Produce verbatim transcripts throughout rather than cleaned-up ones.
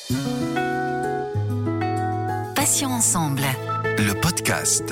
Patients ensemble. Le podcast.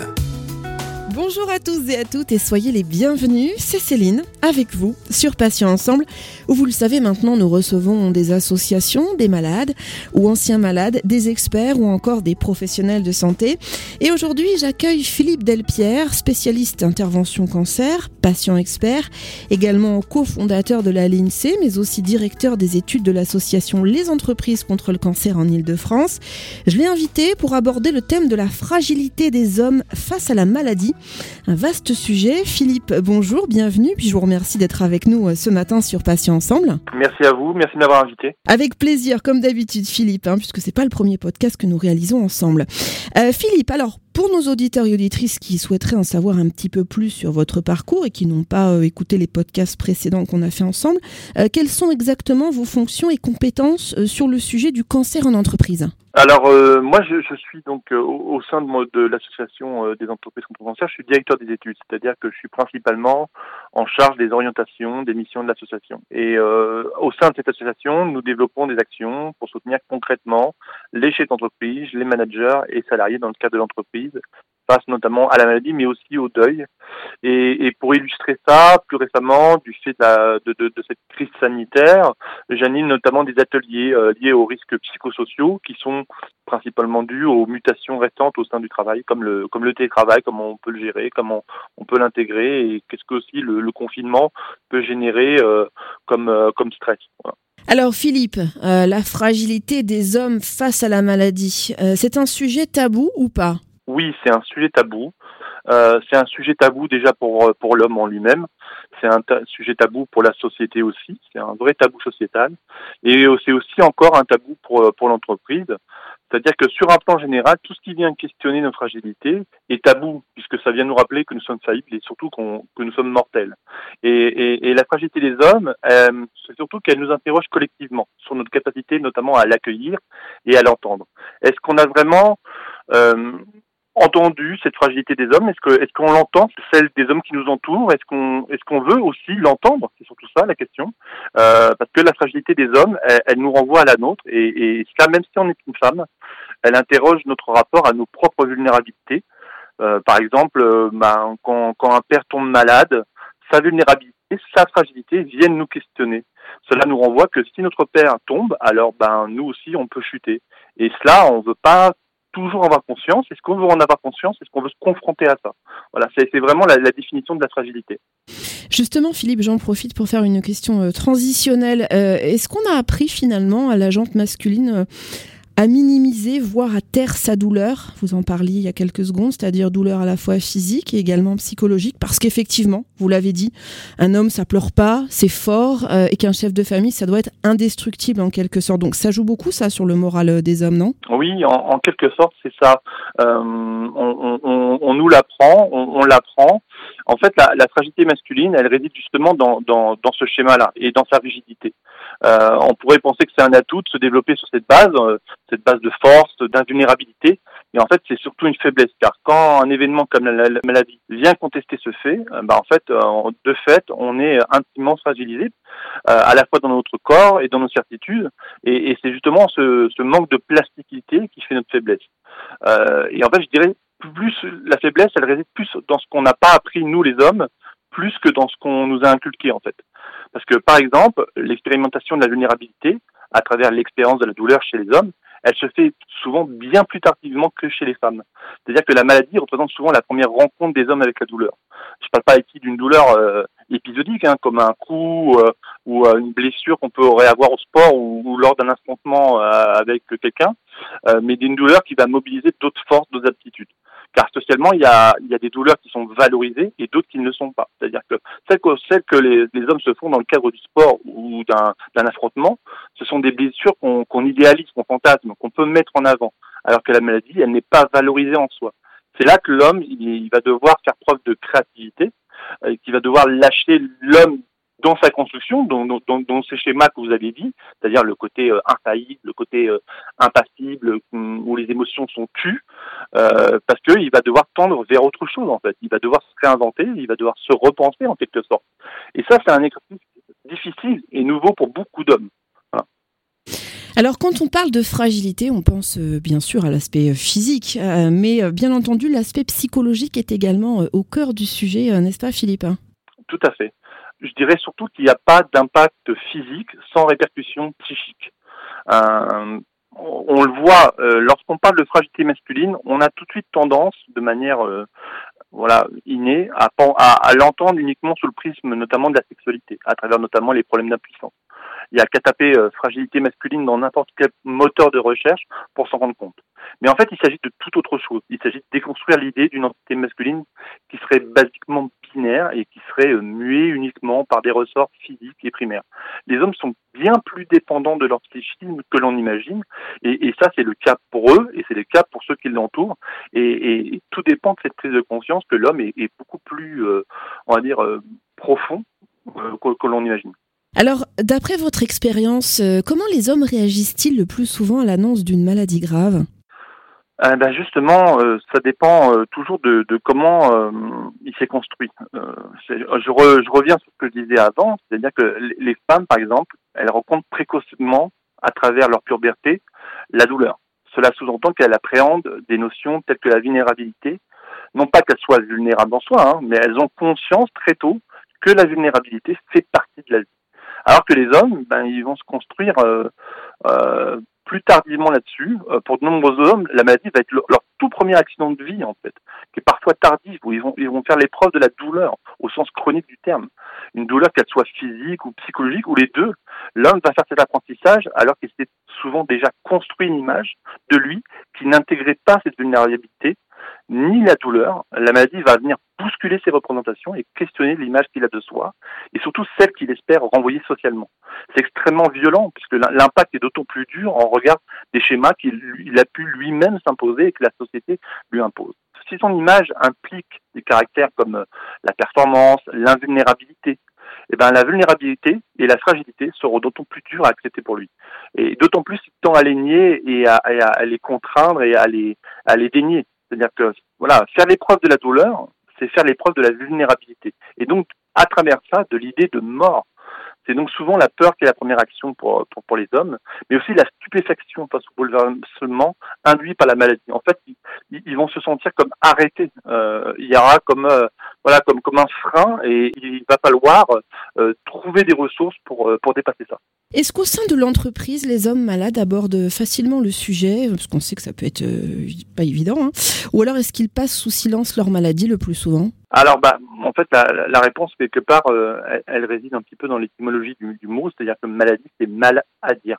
Bonjour à tous et à toutes et soyez les bienvenus, c'est Céline avec vous sur Patients Ensemble où vous le savez maintenant nous recevons des associations, des malades ou anciens malades, des experts ou encore des professionnels de santé. Et aujourd'hui j'accueille Philippe Delpierre, spécialiste intervention cancer, patient expert, également cofondateur de la l'INSEE mais aussi directeur des études de l'association Les Entreprises contre le cancer en Ile-de-France. Je l'ai invité pour aborder le thème de la fragilité des hommes face à la maladie. Un vaste sujet. Philippe, bonjour, bienvenue. Puis je vous remercie d'être avec nous ce matin sur Patients Ensemble. Merci à vous, merci de m'avoir invité. Avec plaisir, comme d'habitude, Philippe, hein, puisque c'est pas le premier podcast que nous réalisons ensemble. Euh, Philippe, alors, pour nos auditeurs et auditrices qui souhaiteraient en savoir un petit peu plus sur votre parcours et qui n'ont pas euh, écouté les podcasts précédents qu'on a fait ensemble, euh, quelles sont exactement vos fonctions et compétences euh, sur le sujet du cancer en entreprise ? Alors euh, moi je, je suis donc euh, au, au sein de, de l'association euh, des entreprises contre le cancer, je suis directeur des études, c'est-à-dire que je suis principalement en charge des orientations, des missions de l'association. Et euh, au sein de cette association, nous développons des actions pour soutenir concrètement les chefs d'entreprise, les managers et salariés dans le cadre de l'entreprise, face notamment à la maladie, mais aussi au deuil. Et, et pour illustrer ça, plus récemment, du fait de, la, de, de, de cette crise sanitaire, j'anime notamment des ateliers euh, liés aux risques psychosociaux qui sont principalement dus aux mutations récentes au sein du travail, comme le comme le télétravail, comment on peut le gérer, comment on, on peut l'intégrer, et qu'est-ce que aussi le, le confinement peut générer euh, comme euh, comme stress. Voilà. Alors Philippe, euh, la fragilité des hommes face à la maladie, euh, c'est un sujet tabou ou pas ? Oui, c'est un sujet tabou. Euh, c'est un sujet tabou déjà pour pour l'homme en lui-même. C'est un ta- sujet tabou pour la société aussi. C'est un vrai tabou sociétal. Et c'est aussi encore un tabou pour pour l'entreprise. C'est-à-dire que sur un plan général, tout ce qui vient questionner nos fragilités est tabou, puisque ça vient nous rappeler que nous sommes faillibles et surtout qu'on, que nous sommes mortels. Et, et, et la fragilité des hommes, euh, c'est surtout qu'elle nous interroge collectivement sur notre capacité notamment à l'accueillir et à l'entendre. Est-ce qu'on a vraiment euh, entendu cette fragilité des hommes ? Est-ce que est-ce qu'on l'entend, celle des hommes qui nous entourent ? Est-ce qu'on est-ce qu'on veut aussi l'entendre ? C'est surtout ça la question, euh, parce que la fragilité des hommes, elle, elle nous renvoie à la nôtre, et, et ça, même si on est une femme, elle interroge notre rapport à nos propres vulnérabilités. Euh, par exemple, euh, ben, quand, quand un père tombe malade, sa vulnérabilité, sa fragilité viennent nous questionner. Cela nous renvoie que si notre père tombe, alors ben nous aussi on peut chuter. Et cela, on veut pas toujours avoir conscience. Est-ce qu'on veut en avoir conscience ? Est-ce qu'on veut se confronter à ça ? Voilà, c'est, c'est vraiment la, la définition de la fragilité. Justement, Philippe, j'en profite pour faire une question euh, transitionnelle. Euh, est-ce qu'on a appris finalement à la jante masculine euh, à minimiser, voire à taire sa douleur ? Vous en parliez il y a quelques secondes, c'est-à-dire douleur à la fois physique et également psychologique, parce qu'effectivement, vous l'avez dit, un homme, ça pleure pas, c'est fort, euh, et qu'un chef de famille, ça doit être indestructible en quelque sorte. Donc ça joue beaucoup, ça, sur le moral des hommes, non ? Oui, en, en quelque sorte, c'est ça. Euh, on, on, on nous l'apprend, on, on l'apprend. En fait, la, la fragilité masculine, elle réside justement dans, dans, dans ce schéma-là et dans sa rigidité. Euh, on pourrait penser que c'est un atout de se développer sur cette base, euh, cette base de force, d'invulnérabilité, mais en fait, c'est surtout une faiblesse, car quand un événement comme la, la, la maladie vient contester ce fait, euh, bah en fait, euh, de fait, on est intimement fragilisé, euh, à la fois dans notre corps et dans nos certitudes, et, et c'est justement ce, ce manque de plasticité qui fait notre faiblesse. Euh, et en fait, je dirais, plus la faiblesse, elle réside plus dans ce qu'on n'a pas appris, nous les hommes, plus que dans ce qu'on nous a inculqué, en fait. Parce que, par exemple, l'expérimentation de la vulnérabilité, à travers l'expérience de la douleur chez les hommes, elle se fait souvent bien plus tardivement que chez les femmes. C'est-à-dire que la maladie représente souvent la première rencontre des hommes avec la douleur. Je ne parle pas ici d'une douleur euh, épisodique, hein, comme un coup euh, ou euh, une blessure qu'on peut aurait avoir au sport ou, ou lors d'un affrontement euh, avec quelqu'un, euh, mais d'une douleur qui va mobiliser d'autres forces, d'autres aptitudes. Car socialement, il y a, il y a des douleurs qui sont valorisées et d'autres qui ne le sont pas. C'est-à-dire que celles que, celles que les, les hommes se font dans le cadre du sport ou d'un, d'un affrontement, ce sont des blessures qu'on, qu'on idéalise, qu'on fantasme, qu'on peut mettre en avant. Alors que la maladie, elle n'est pas valorisée en soi. C'est là que l'homme, il, il va devoir faire preuve de créativité, euh, qu'il va devoir lâcher l'homme dans sa construction, dans, dans, dans ces schémas que vous avez dit, c'est-à-dire le côté euh, infaillible, le côté euh, impassible, où les émotions sont tues, euh, parce qu'il va devoir tendre vers autre chose, en fait. Il va devoir se réinventer, il va devoir se repenser, en quelque sorte. Et ça, c'est un exercice difficile et nouveau pour beaucoup d'hommes. Voilà. Alors quand on parle de fragilité, on pense euh, bien sûr à l'aspect physique, euh, mais euh, bien entendu l'aspect psychologique est également euh, au cœur du sujet, euh, n'est-ce pas Philippe ? Tout à fait. Je dirais surtout qu'il n'y a pas d'impact physique sans répercussion psychique. Euh, on le voit, euh, lorsqu'on parle de fragilité masculine, on a tout de suite tendance, de manière euh, voilà, innée, à, à, à l'entendre uniquement sous le prisme notamment de la sexualité, à travers notamment les problèmes d'impuissance. Il y a qu'à taper euh, fragilité masculine dans n'importe quel moteur de recherche pour s'en rendre compte. Mais en fait, il s'agit de toute autre chose. Il s'agit de déconstruire l'idée d'une entité masculine qui serait basiquement binaire et qui serait euh, muée uniquement par des ressorts physiques et primaires. Les hommes sont bien plus dépendants de leur psychisme que l'on imagine, et, et ça, c'est le cas pour eux, et c'est le cas pour ceux qui l'entourent, et, et, et tout dépend de cette prise de conscience que l'homme est, est beaucoup plus, euh, on va dire, euh, profond euh, que, que l'on imagine. Alors, d'après votre expérience, euh, comment les hommes réagissent-ils le plus souvent à l'annonce d'une maladie grave ? Euh, ben justement, euh, ça dépend euh, toujours de, de comment euh, il s'est construit. Euh, c'est, je, re, je reviens sur ce que je disais avant, c'est-à-dire que les femmes, par exemple, elles rencontrent précocement, à travers leur puberté, la douleur. Cela sous-entend qu'elles appréhendent des notions telles que la vulnérabilité, non pas qu'elles soient vulnérables en soi, hein, mais elles ont conscience très tôt que la vulnérabilité fait partie de la vie. Alors que les hommes, ben, ils vont se construire euh, euh, plus tardivement là-dessus. Euh, pour de nombreux hommes, la maladie va être leur, leur tout premier accident de vie, en fait, qui est parfois tardif, où ils vont, ils vont faire l'épreuve de la douleur, au sens chronique du terme. Une douleur, qu'elle soit physique ou psychologique, ou les deux. L'homme va faire cet apprentissage alors qu'il s'était souvent déjà construit une image de lui qui n'intégrait pas cette vulnérabilité, ni la douleur. La maladie va venir bousculer ses représentations et questionner l'image qu'il a de soi, et surtout celle qu'il espère renvoyer socialement. C'est extrêmement violent, puisque l'impact est d'autant plus dur en regard des schémas qu'il il a pu lui-même s'imposer et que la société lui impose. Si son image implique des caractères comme la performance, l'invulnérabilité, eh ben, la vulnérabilité et la fragilité seront d'autant plus dures à accepter pour lui. Et d'autant plus il tend à les nier et à, à, à les contraindre et à les, à les dénier. C'est-à-dire que, voilà, faire l'épreuve de la douleur, c'est faire l'épreuve de la vulnérabilité. Et donc, à travers ça, de l'idée de mort. C'est donc souvent la peur qui est la première action pour, pour, pour les hommes, mais aussi la stupéfaction face au bouleversement induit par la maladie. En fait, ils, ils vont se sentir comme arrêtés. Euh, il y aura comme, euh, voilà, comme, comme un frein, et il va falloir euh, trouver des ressources pour, pour dépasser ça. Est-ce qu'au sein de l'entreprise, les hommes malades abordent facilement le sujet, parce qu'on sait que ça peut être euh, pas évident, hein, ou alors est-ce qu'ils passent sous silence leur maladie le plus souvent ? Alors, bah, en fait, la, la réponse, quelque part, euh, elle, elle réside un petit peu dans l'étymologie du, du mot, c'est-à-dire que maladie, c'est mal à dire.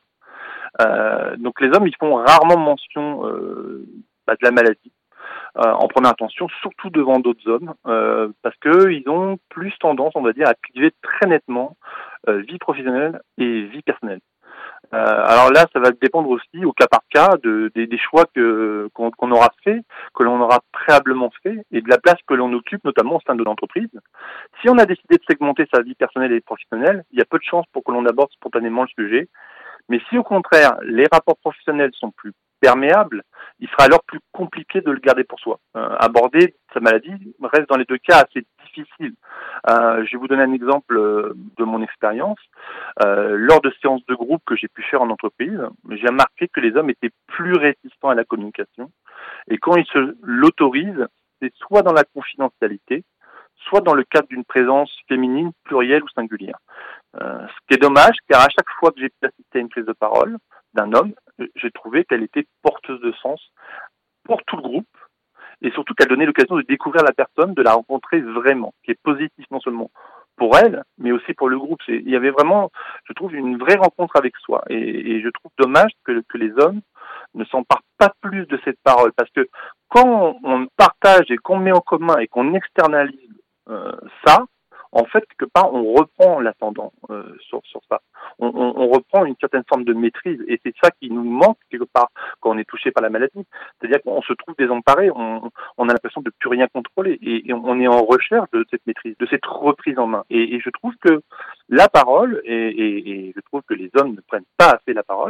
Euh, donc, les hommes, ils font rarement mention euh, bah, de la maladie euh, en première intention, surtout devant d'autres hommes, euh, parce que ils ont plus tendance, on va dire, à cliver très nettement euh, vie professionnelle et vie personnelle. Euh, alors là, ça va dépendre aussi au cas par cas de, des, des choix que, qu'on, qu'on aura fait, que l'on aura préalablement fait, et de la place que l'on occupe, notamment au sein de l'entreprise. Si on a décidé de segmenter sa vie personnelle et professionnelle, il y a peu de chances pour que l'on aborde spontanément le sujet. Mais si au contraire, les rapports professionnels sont plus perméables, il sera alors plus compliqué de le garder pour soi. Euh, aborder sa maladie reste dans les deux cas assez difficile. Euh, je vais vous donner un exemple de mon expérience. Euh, lors de séances de groupe que j'ai pu faire en entreprise, j'ai remarqué que les hommes étaient plus réticents à la communication. Et quand ils se l'autorisent, c'est soit dans la confidentialité, soit dans le cadre d'une présence féminine, plurielle ou singulière. Euh, ce qui est dommage, car à chaque fois que j'ai pu assister à une prise de parole d'un homme, j'ai trouvé qu'elle était porteuse de sens pour tout le groupe, et surtout qu'elle donnait l'occasion de découvrir la personne, de la rencontrer vraiment, qui est positif non seulement pour elle, mais aussi pour le groupe. C'est, il y avait vraiment, je trouve, une vraie rencontre avec soi, et, et je trouve dommage que, que les hommes ne s'emparent pas plus de cette parole, parce que quand on partage et qu'on met en commun et qu'on externalise euh, ça, en fait, quelque part, on reprend l'ascendant euh, sur, sur ça. On, on, on reprend une certaine forme de maîtrise, et c'est ça qui nous manque quelque part quand on est touché par la maladie. C'est-à-dire qu'on se trouve désemparé, on, on a l'impression de plus rien contrôler, et, et on est en recherche de cette maîtrise, de cette reprise en main. Et, et je trouve que la parole, et, et, et je trouve que les hommes ne prennent pas assez la parole,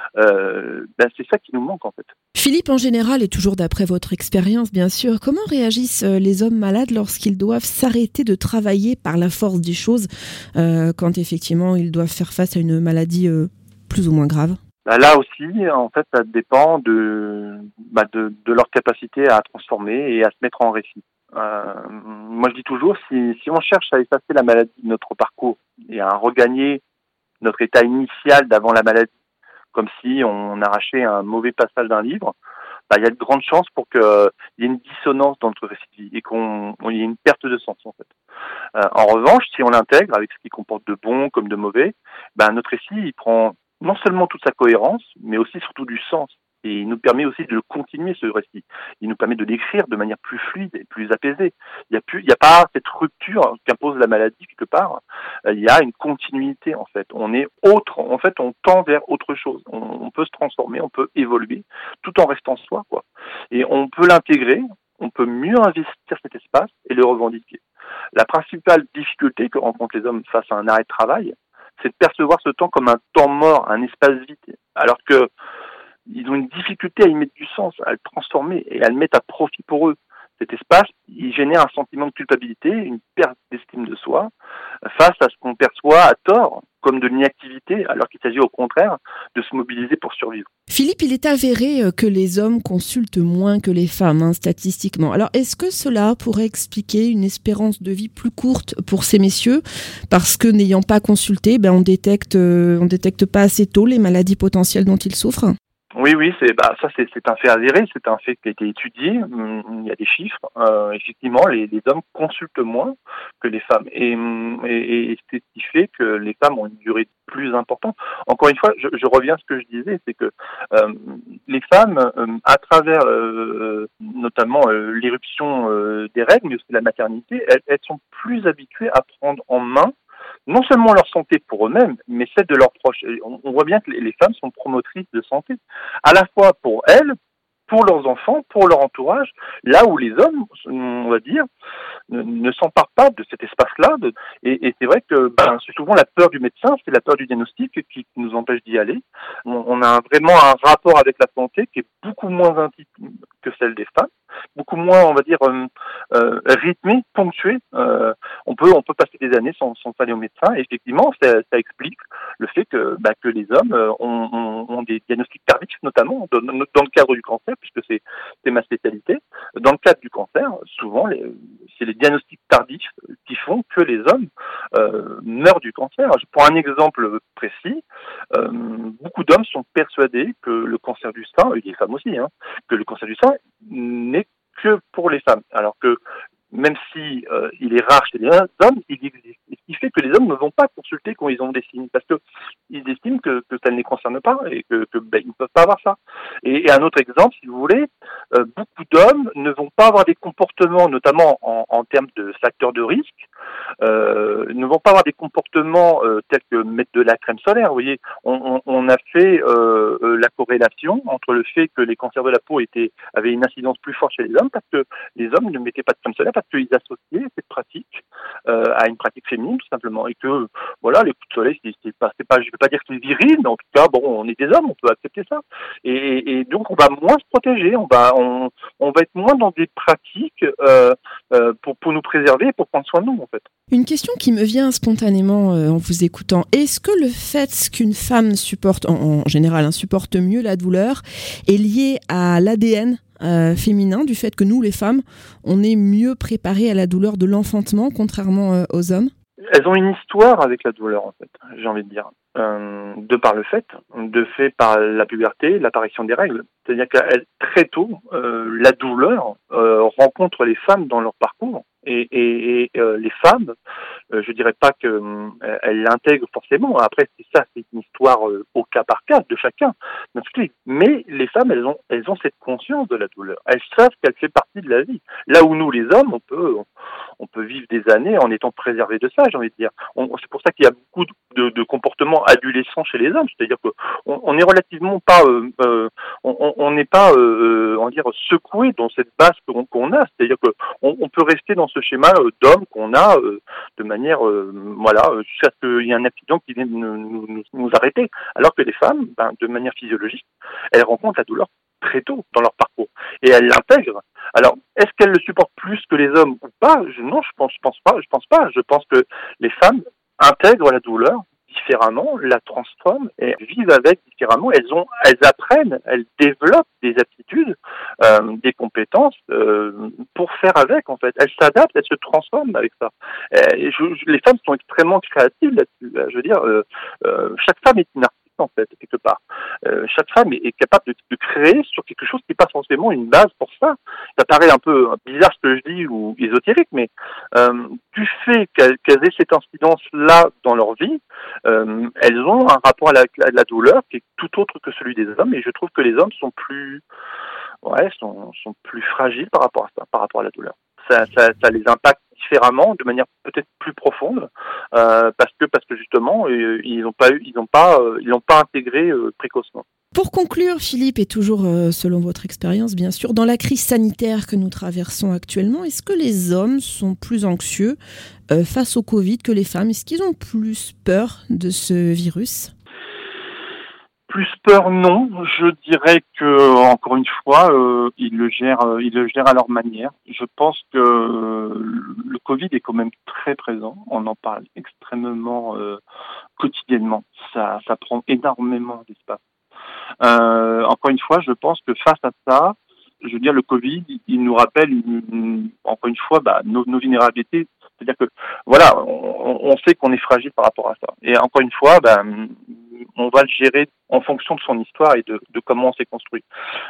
euh, ben c'est ça qui nous manque en fait. Philippe, en général, et toujours d'après votre expérience, bien sûr, comment réagissent les hommes malades lorsqu'ils doivent s'arrêter de travailler par la force des choses, euh, quand effectivement ils doivent faire face à une maladie euh, plus ou moins grave ? Bah, là aussi, en fait, ça dépend de, bah, de, de leur capacité à transformer et à se mettre en récit. Euh, moi, je dis toujours, si, si on cherche à effacer la maladie de notre parcours et à regagner notre état initial d'avant la maladie, comme si on arrachait un mauvais passage d'un livre, bah, il y a de grandes chances pour qu'il y ait une dissonance dans notre récit et qu'on il y ait une perte de sens, en fait. Euh, en revanche, si on l'intègre avec ce qui comporte de bon comme de mauvais, bah, notre récit, il prend non seulement toute sa cohérence, mais aussi surtout du sens. Et il nous permet aussi de continuer ce récit. Il nous permet de l'écrire de manière plus fluide et plus apaisée. Il n'y a plus, il n'y a pas cette rupture qu'impose la maladie quelque part. Il y a une continuité en fait. On est autre. En fait, on tend vers autre chose. On, on peut se transformer, on peut évoluer, tout en restant soi, quoi. Et on peut l'intégrer. On peut mieux investir cet espace et le revendiquer. La principale difficulté que rencontrent les hommes face à un arrêt de travail, c'est de percevoir ce temps comme un temps mort, un espace vide, alors que ils ont une difficulté à y mettre du sens, à le transformer et à le mettre à profit pour eux. Cet espace, il génère un sentiment de culpabilité, une perte d'estime de soi, face à ce qu'on perçoit à tort comme de l'inactivité, alors qu'il s'agit au contraire de se mobiliser pour survivre. Philippe, il est avéré que les hommes consultent moins que les femmes, hein, statistiquement. Alors, est-ce que cela pourrait expliquer une espérance de vie plus courte pour ces messieurs, parce que n'ayant pas consulté, ben, on détecte, euh, on détecte pas assez tôt les maladies potentielles dont ils souffrent ? Oui, oui, c'est bah ça c'est c'est un fait avéré, c'est un fait qui a été étudié. Il y a des chiffres. Euh, effectivement, les, les hommes consultent moins que les femmes, et, et, et c'est ce qui fait que les femmes ont une durée plus importante. Encore une fois, je, je reviens à ce que je disais, c'est que euh, les femmes, euh, à travers euh, notamment euh, l'éruption euh, des règles, mais aussi la maternité, elles, elles sont plus habituées à prendre en main non seulement leur santé pour eux-mêmes, mais celle de leurs proches. On, on voit bien que les, les femmes sont promotrices de santé, à la fois pour elles, pour leurs enfants, pour leur entourage, là où les hommes, on va dire, ne, ne s'emparent pas de cet espace-là. De, et, et c'est vrai que ben, c'est souvent la peur du médecin, c'est la peur du diagnostic qui, qui nous empêche d'y aller. On, on a vraiment un rapport avec la santé qui est beaucoup moins intime que celle des femmes, beaucoup moins, on va dire, euh, euh, rythmé, ponctué. Euh, on peut, on peut passer des années sans, sans aller au médecin. Et effectivement, ça, ça explique le fait que, bah, que les hommes ont, ont, ont des diagnostics tardifs, notamment dans, dans le cadre du cancer, puisque c'est, c'est ma spécialité. Dans le cadre du cancer, souvent, les, c'est les diagnostics tardifs qui font que les hommes euh, meurent du cancer. Je prends un exemple précis. Euh, beaucoup d'hommes sont persuadés que le cancer du sein, et les femmes aussi, hein, que le cancer du sein n'est que pour les femmes, alors que même si euh, il est rare chez les hommes, il existe. Et ce qui fait que les hommes ne vont pas consulter quand ils ont des signes, parce que ils estiment que, que ça ne les concerne pas et que, que ben, ils ne peuvent pas avoir ça. Et, et un autre exemple, si vous voulez, euh, beaucoup d'hommes ne vont pas avoir des comportements, notamment en, en termes de facteurs de risque, euh, ne vont pas avoir des comportements euh, tels que mettre de la crème solaire. Vous voyez, on, on, on a fait euh, euh, la corrélation entre le fait que les cancers de la peau étaient avaient une incidence plus forte chez les hommes, parce que les hommes ne mettaient pas de crème solaire, parce qu'ils associaient cette pratique euh, à une pratique féminine tout simplement, et que voilà, les coups de soleil c'est, c'est pas, c'est pas, je vais pas dire que c'est viril, mais en tout cas bon, on est des hommes, on peut accepter ça, et, et donc on va moins se protéger, on va on, on va être moins dans des pratiques euh, euh, pour pour nous préserver, pour prendre soin de nous en fait. Une question qui me vient spontanément euh, en vous écoutant, est-ce que le fait qu'une femme supporte, en, en général, hein, supporte mieux la douleur est lié à l'A D N Euh, féminin, du fait que nous, les femmes, on est mieux préparées à la douleur de l'enfantement, contrairement euh, aux hommes? Elles ont une histoire avec la douleur, en fait, j'ai envie de dire. Euh, de par le fait, de fait par la puberté, l'apparition des règles. C'est-à-dire qu'elles, très tôt, euh, la douleur euh, rencontre les femmes dans leur parcours. Et, et, et euh, les femmes, euh, je dirais pas qu'elles euh, l'intègrent forcément. Après, c'est ça, c'est une histoire euh, au cas par cas de chacun. Mais les femmes, elles ont, elles ont cette conscience de la douleur. Elles savent qu'elle fait partie de la vie. Là où nous, les hommes, on peut, on, on peut vivre des années en étant préservés de ça, j'ai envie de dire. On, c'est pour ça qu'il y a beaucoup de, de, de comportements adolescents chez les hommes. C'est-à-dire que on, on est relativement pas, euh, euh, on n'est pas, euh, on va dire, secoué dans cette base qu'on, qu'on a. C'est-à-dire que on, on peut rester dans ce schéma euh, d'homme qu'on a euh, de manière, euh, voilà, jusqu'à ce qu'il y ait un accident qui vienne nous, nous, nous, nous arrêter. Alors que les femmes, ben, de manière physiologique, elles rencontrent la douleur très tôt dans leur parcours et elles l'intègrent. Alors, est-ce qu'elles le supportent plus que les hommes ou pas? je, Non, je pense, je pense pas. Je pense pas. Je pense que les femmes intègrent la douleur différemment, la transforment et vivent avec différemment. Elles ont, elles apprennent, elles développent des aptitudes, euh, des compétences euh, pour faire avec. En fait, elles s'adaptent, elles se transforment avec ça. Et je, je, les femmes sont extrêmement créatives là-dessus. Je veux dire, euh, euh, chaque femme est une artiste en fait quelque part. Euh, chaque femme est, est capable de, de créer sur quelque chose qui n'est pas forcément une base pour ça. Ça paraît un peu bizarre ce que je dis ou ésotérique, mais euh, du fait qu'elles, qu'elles aient cette incidence-là dans leur vie, euh, elles ont un rapport à la, à la douleur qui est tout autre que celui des hommes. Et je trouve que les hommes sont plus, ouais, sont, sont plus fragiles par rapport à ça, par rapport à la douleur. Ça, ça, ça les impacte différemment, de manière peut-être plus profonde, euh, parce que parce que justement euh, ils n'ont pas eu, ils n'ont pas, euh, ils n'ont pas intégré euh, précocement. Pour conclure, Philippe, et toujours euh, selon votre expérience, bien sûr, dans la crise sanitaire que nous traversons actuellement, est-ce que les hommes sont plus anxieux euh, face au Covid que les femmes ? Est-ce qu'ils ont plus peur de ce virus ? Plus peur, non. Je dirais que, encore une fois, euh, ils le gèrent, euh, ils le gèrent à leur manière. Je pense que euh, le Covid est quand même très présent. On en parle extrêmement euh, quotidiennement. Ça, ça prend énormément d'espace. Euh, encore une fois, je pense que face à ça, je veux dire, le Covid, il nous rappelle, une, une, encore une fois, bah, nos, nos vulnérabilités. C'est-à-dire que, voilà, on, on sait qu'on est fragile par rapport à ça. Et encore une fois, bah, on va le gérer en fonction de son histoire et de, de comment on s'est construit.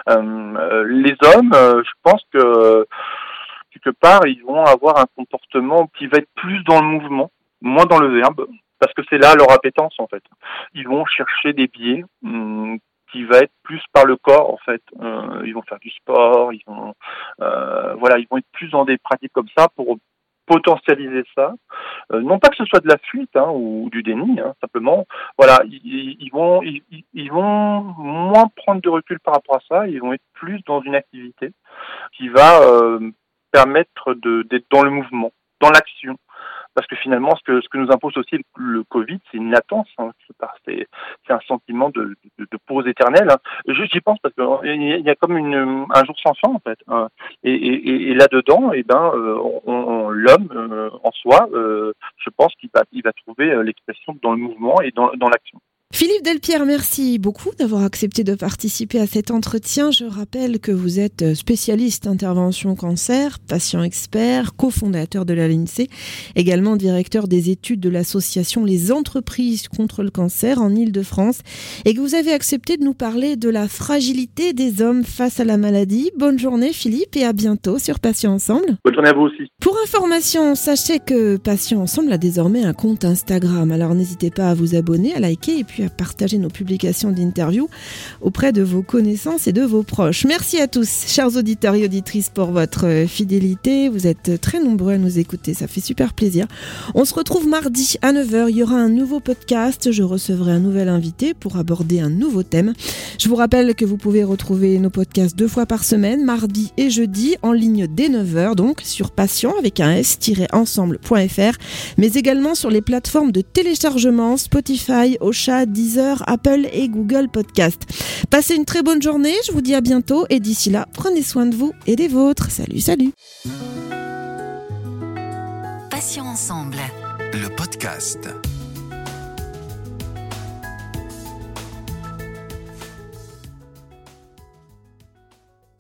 Euh, les hommes, euh, je pense que quelque part, ils vont avoir un comportement qui va être plus dans le mouvement, moins dans le verbe, parce que c'est là leur appétence en fait. Ils vont chercher des biais hum, qui va être plus par le corps en fait. Euh, ils vont faire du sport, ils vont, euh, voilà, ils vont être plus dans des pratiques comme ça pour potentialiser ça, euh, non pas que ce soit de la fuite hein, ou du déni, hein, simplement, voilà, ils, ils vont, ils, ils vont moins prendre de recul par rapport à ça, ils vont être plus dans une activité qui va euh, permettre de, d'être dans le mouvement, dans l'action, parce que finalement, ce que ce que nous impose aussi le, le Covid, c'est une latence, hein, c'est, c'est un sentiment de, de, de pause éternelle. Hein. Je, j'y pense parce qu'il y a comme une, un jour sans fin en fait, hein. et, et, et là-dedans, et ben, euh, on, on, l'homme euh, en soi, euh, je pense qu'il va il va trouver l'expression dans le mouvement et dans, dans l'action. Philippe Delpierre, merci beaucoup d'avoir accepté de participer à cet entretien. Je rappelle que vous êtes spécialiste intervention cancer, patient expert, cofondateur de la l'INSEE, également directeur des études de l'association Les Entreprises contre le cancer en Île-de-France, et que vous avez accepté de nous parler de la fragilité des hommes face à la maladie. Bonne journée Philippe et à bientôt sur Patients Ensemble. Bonne journée à vous aussi. Pour information, sachez que Patients Ensemble a désormais un compte Instagram, alors n'hésitez pas à vous abonner, à liker et puis à partager nos publications d'interviews auprès de vos connaissances et de vos proches. Merci à tous, chers auditeurs et auditrices, pour votre fidélité. Vous êtes très nombreux à nous écouter, ça fait super plaisir. On se retrouve mardi à neuf heures, il y aura un nouveau podcast, je recevrai un nouvel invité pour aborder un nouveau thème. Je vous rappelle que vous pouvez retrouver nos podcasts deux fois par semaine, mardi et jeudi, en ligne dès neuf heures, donc sur patient avec un s tiret ensemble point f r, mais également sur les plateformes de téléchargement Spotify, Ocha, Deezer, Apple et Google Podcast. Passez une très bonne journée, je vous dis à bientôt et d'ici là, prenez soin de vous et des vôtres. Salut, salut. Patients Ensemble. Le podcast.